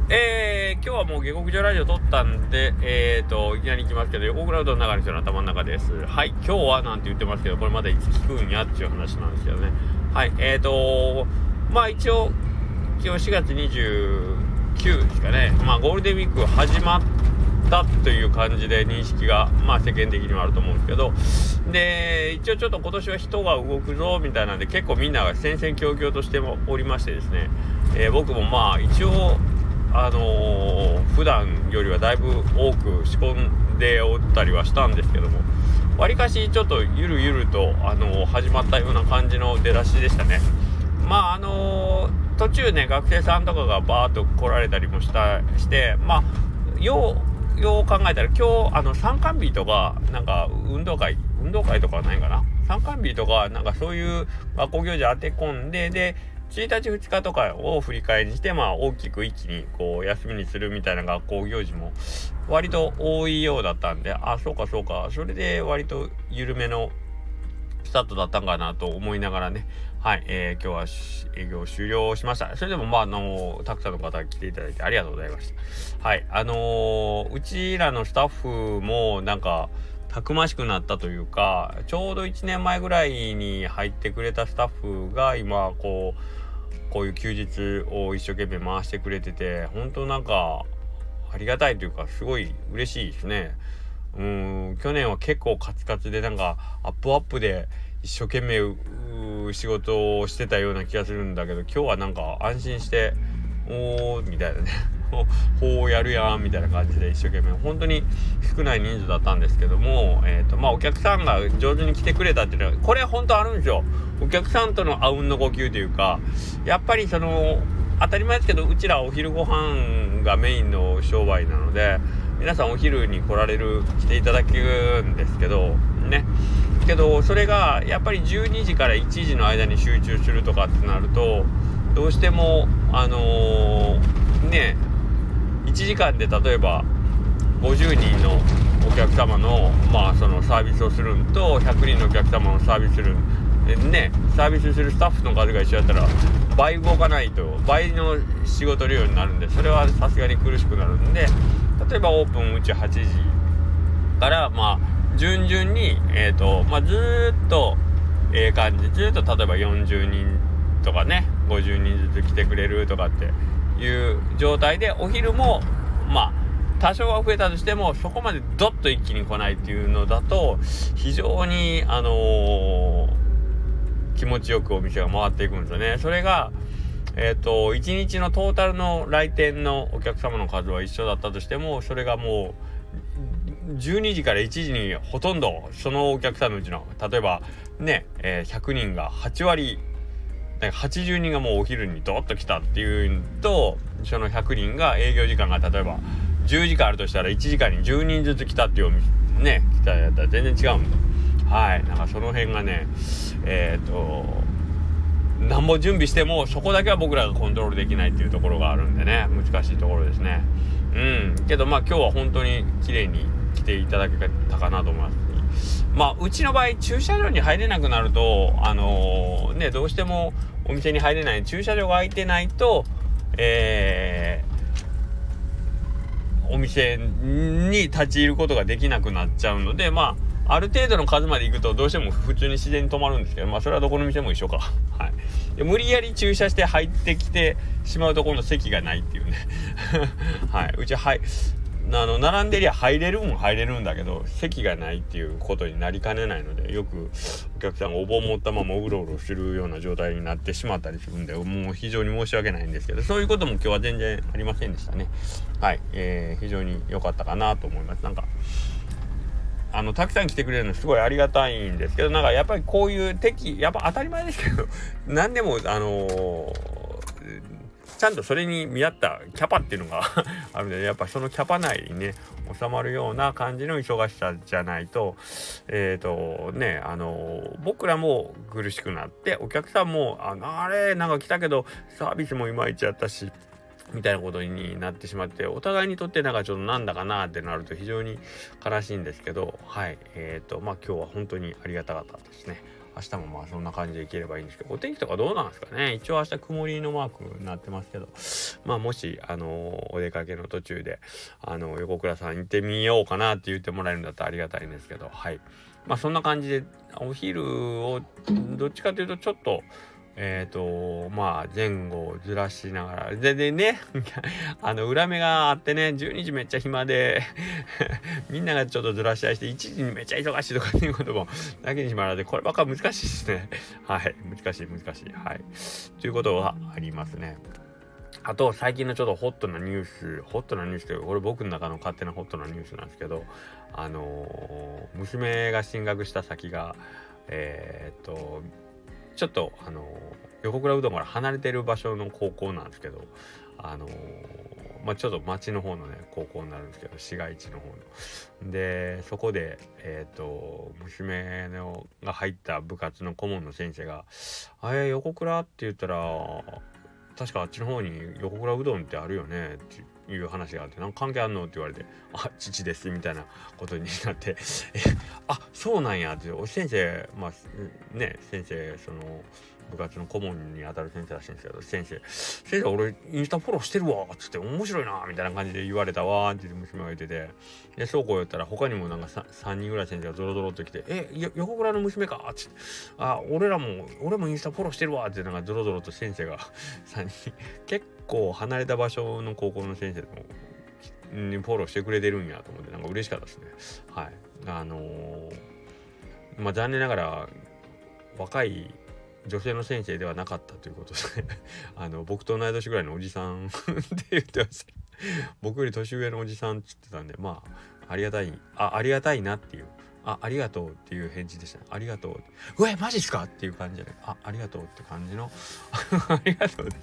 今日はもう下克上ラジオ撮ったんで、いきなり行きますけど、横クラウドの中の人の頭の中です。はい、今日はなんて言ってますけど、これまだいつ聞くんやっていう話なんですけどね。はい、一応、今日4月29ですかね。ゴールデンウィーク始まったという感じで認識が、世間的にはあると思うんですけど、で、一応ちょっと今年は人が動くぞみたいなんで、結構みんなが戦々恐々としておりましてですね、僕も一応、普段よりはだいぶ多く仕込んでおったりはしたんですけども、わりかしちょっとゆるゆると、始まったような感じの出だしでしたね。途中ね、学生さんとかがバーッと来られたりもして、よう考えたら今日参観日とかなんか運動会とかはないかな、参観日とかなんかそういう学校行事当て込んで1日2日とかを振り返りにして、大きく一気にこう休みにするみたいな学校行事も割と多いようだったんで、そうかそれで割と緩めのスタートだったんかなと思いながらね、はい、今日は営業終了しました。それでもたくさんの方が来ていただいてありがとうございました。はい、うちらのスタッフもなんかたくましくなったというか、ちょうど1年前ぐらいに入ってくれたスタッフが今こういう休日を一生懸命回してくれてて、本当なんかありがたいというか、すごい嬉しいですね。去年は結構カツカツでなんかアップで一生懸命仕事をしてたような気がするんだけど、今日はなんか安心してみたいなねほうやるやんみたいな感じで一生懸命、本当に少ない人数だったんですけども、お客さんが上手に来てくれたっていうのはこれ本当あるんですよ。お客さんとのあうんの呼吸というか、やっぱり当たり前ですけど、うちらお昼ご飯がメインの商売なので、皆さんお昼に来ていただけるんですけどね。それがやっぱり12時から1時の間に集中するとかってなると、どうしても1時間で例えば50人のお客様のそのサービスをするんと100人のお客様のサービスするサービスするスタッフの数が一緒だったら倍動かないと倍の仕事量になるんで、それはさすがに苦しくなるんで、例えばオープンうち8時から順々にずっと感じ、ずっと例えば40人とかね50人ずつ来てくれるとかっていう状態で、お昼も多少は増えたとしてもそこまでドッと一気に来ないっていうのだと、非常に気持ちよくお店が回っていくんですよね。それが1日のトータルの来店のお客様の数は一緒だったとしても、それがもう12時から1時にほとんどそのお客さんのうちの例えば100人が8割80人がもうお昼にドッと来たっていうと、その100人が営業時間が例えば10時間あるとしたら1時間に10人ずつ来たっていう来たやったら全然違うんで、なんかその辺がねなんぼ準備してもそこだけは僕らがコントロールできないっていうところがあるんでね、難しいところですね。けど今日は本当に綺麗に来ていただけたかなと思います。うちの場合駐車場に入れなくなるとどうしてもお店に入れない、駐車場が空いてないとお店に立ち入ることができなくなっちゃうので、ある程度の数まで行くとどうしても普通に自然に止まるんですけど、それはどこの店も一緒かで無理やり駐車して入ってきてしまうと今度席がないっていうねうち並んでりゃ入れるんだけど席がないっていうことになりかねないので、よくお客さんがお盆持ったままうろうろするような状態になってしまったりするんで、もう非常に申し訳ないんですけど、そういうことも今日は全然ありませんでしたね。非常に良かったかなと思います。なんかたくさん来てくれるのすごいありがたいんですけど、なんかやっぱりこういうやっぱ当たり前ですけど何でもちゃんとそれに見合ったキャパっていうのがあるので、やっぱそのキャパ内にね収まるような感じの忙しさじゃないと僕らも苦しくなって、お客さんもあれなんか来たけどサービスもいまいちやったしみたいなことになってしまって、お互いにとってなんかちょっとなんだかなってなると非常に悲しいんですけど、今日は本当にありがたかったですね。 明日もまあそんな感じでいければいいんですけど、お天気とかどうなんですかね。一応明日曇りのマークになってますけど、まあもしお出かけの途中で横倉さん行ってみようかなって言ってもらえるんだったらありがたいんですけど、はい。まあそんな感じでお昼をどっちかというとちょっとまあ前後をずらしながらでね裏目があってね、12時めっちゃ暇でみんながちょっとずらし合いして1時にめっちゃ忙しいとかっていうこともだけにしまらで、こればっか難しいですね。はい難しいはいということはありますね。あと最近のちょっとホットなニュースというか、これ僕の中の勝手なホットなニュースなんですけど、娘が進学した先がちょっと横倉うどんから離れてる場所の高校なんですけど、まあちょっと町の方のね高校になるんですけど、市街地の方ので、そこで娘が入った部活の顧問の先生が横倉って言ったら確かあっちの方に横倉うどんってあるよねっていう話があって、なんか関係あんのって言われて、父ですみたいなことになってそうなんやって、先生先生その部活の顧問に当たる先生らしいんですけど、先生俺インスタフォローしてるわっつって、面白いなみたいな感じで言われたわって娘が言ってて、でそうこう言ったら他にもなんか 3人ぐらい先生がゾロゾロっと来て、横倉の娘かっつって、俺もインスタフォローしてるわってなんかゾロゾロと先生が3人結構離れた場所の高校の先生でもフォローしてくれてるんやと思って、なんか嬉しかったですね。はいまあ残念ながら若い女性の先生ではなかったということで僕と同い年ぐらいのおじさんって言ってました。僕より年上のおじさんって言ってたんで、まあありがたいなっていう、ありがとうっていう返事でしたね。ありがとう、マジっすかっていう感じで、ありがとうって感じのありがとうです。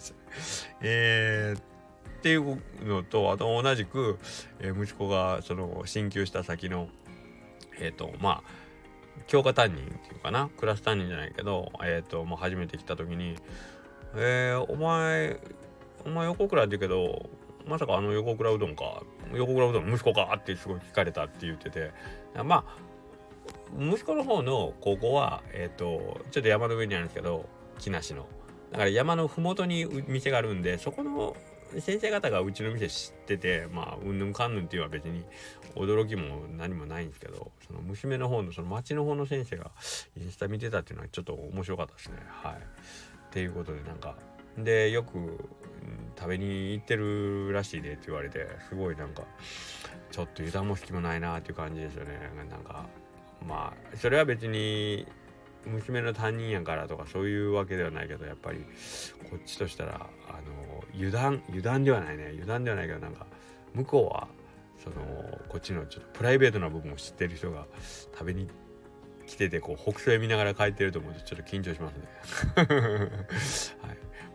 っていうのと、あと同じく、息子がその進級した先のまあ教科担任っていうかな、クラス担任じゃないけどもう初めて来た時にお前横倉って言うけど、まさか横倉うどんの息子かってすごい聞かれたって言ってて、まあ息子の方の高校はちょっと山の上にあるんですけど、木梨のだから山のふもとに店があるんで、そこの先生方がうちの店知ってて、まあうんぬんかんぬんっていうのは別に驚きも何もないんですけど、その娘の方のその町の方の先生がインスタ見てたっていうのはちょっと面白かったですね。はいっていうことで、なんかでよく、食べに行ってるらしいでって言われて、すごいなんかちょっと油断も隙もないなっていう感じですよね。なんかまあそれは別に娘の担任やからとかそういうわけではないけど、やっぱりこっちとしたら油断ではないけど、なんか向こうはそのこっちのちょっとプライベートな部分を知ってる人が食べに来てて、こう北総へ見ながら帰ってると思うとちょっと緊張しますね。はい、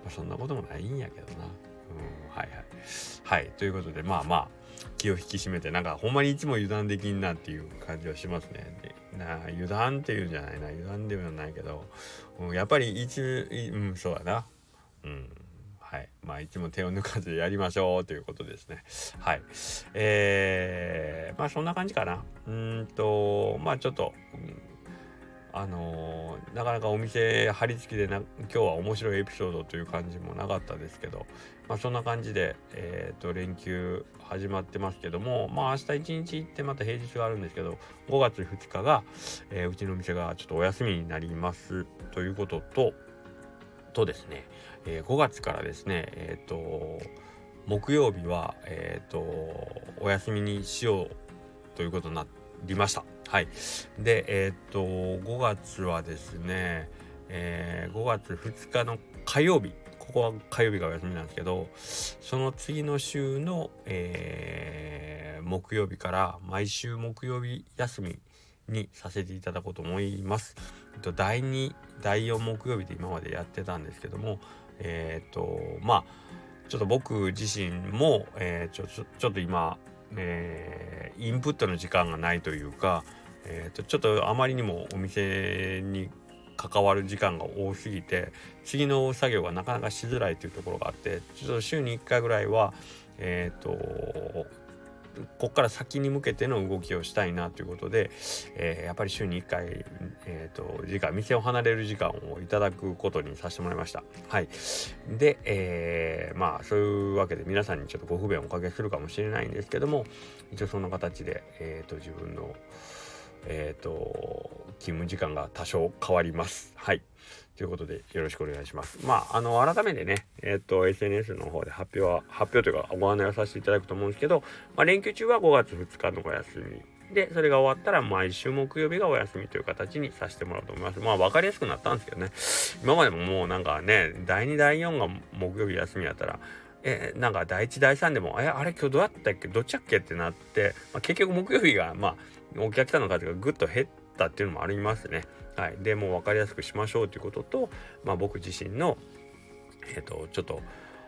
そんなこともないんやけどな。はいということで、まあ気を引き締めて、なんかほんまにいつも油断できんなっていう感じはしますね。油断っていうんじゃないな、油断ではないけど、やっぱりそうだな。はいまあいつも手を抜かずやりましょうということですね。はいまあそんな感じかな。まあちょっとなかなかお店張り付きで今日は面白いエピソードという感じもなかったですけど、まあそんな感じで連休始まってますけども、まあ明日1日行ってまた平日があるんですけど、5月2日が、うちの店がちょっとお休みになりますということとですね、5月からですね木曜日はお休みにしようということになりました。はいで5月はですね、5月2日の火曜日、ここは火曜日がお休みなんですけど、その次の週の、木曜日から毎週木曜日休みにさせていただこうと思います。第2第4木曜日で今までやってたんですけども、まあちょっと僕自身も、ちょっと今、インプットの時間がないというか、ちょっとあまりにもお店に関わる時間が多すぎて、次の作業がなかなかしづらいというところがあって、ちょっと週に1回ぐらいはこっから先に向けての動きをしたいなということで、やっぱり週に1回、時間、店を離れる時間をいただくことにさせてもらいました。はい。で、まあそういうわけで皆さんにちょっとご不便をおかけするかもしれないんですけども、一応そんな形で、自分の勤務時間が多少変わります。はい。ということでよろしくお願いします。まあ改めてね、SNS の方で発表というかご案内をさせていただくと思うんですけど、連休中は5月2日のお休みで、それが終わったら毎週木曜日がお休みという形にさせてもらおうと思います。まあ分かりやすくなったんですけどね。今までももうなんかね、第2第4が木曜日休みやったら、なんか第1第3でもあれ今日どうやったっけどっちやっけってなって、結局木曜日がお客さんの数がぐっと減ったっていうのもありますね。はい、でもう分かりやすくしましょうということと、僕自身のちょっと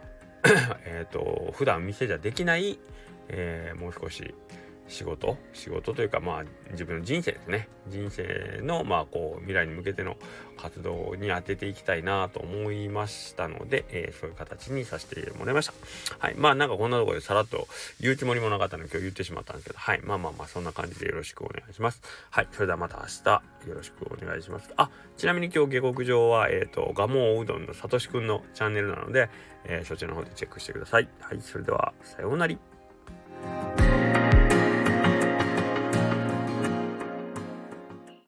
普段店じゃできない、もう少し仕事というか自分の人生ですね。人生のこう未来に向けての活動に当てていきたいなと思いましたので、そういう形にさせてもらいました。はい。なんかこんなところでさらっと言うつもりもなかったので今日言ってしまったんですけど、はい。そんな感じでよろしくお願いします。はい。それではまた明日よろしくお願いします。ちなみに今日下克上は蒲生うどんのさとしくんのチャンネルなので、そちらの方でチェックしてください。はい。それではさようなら。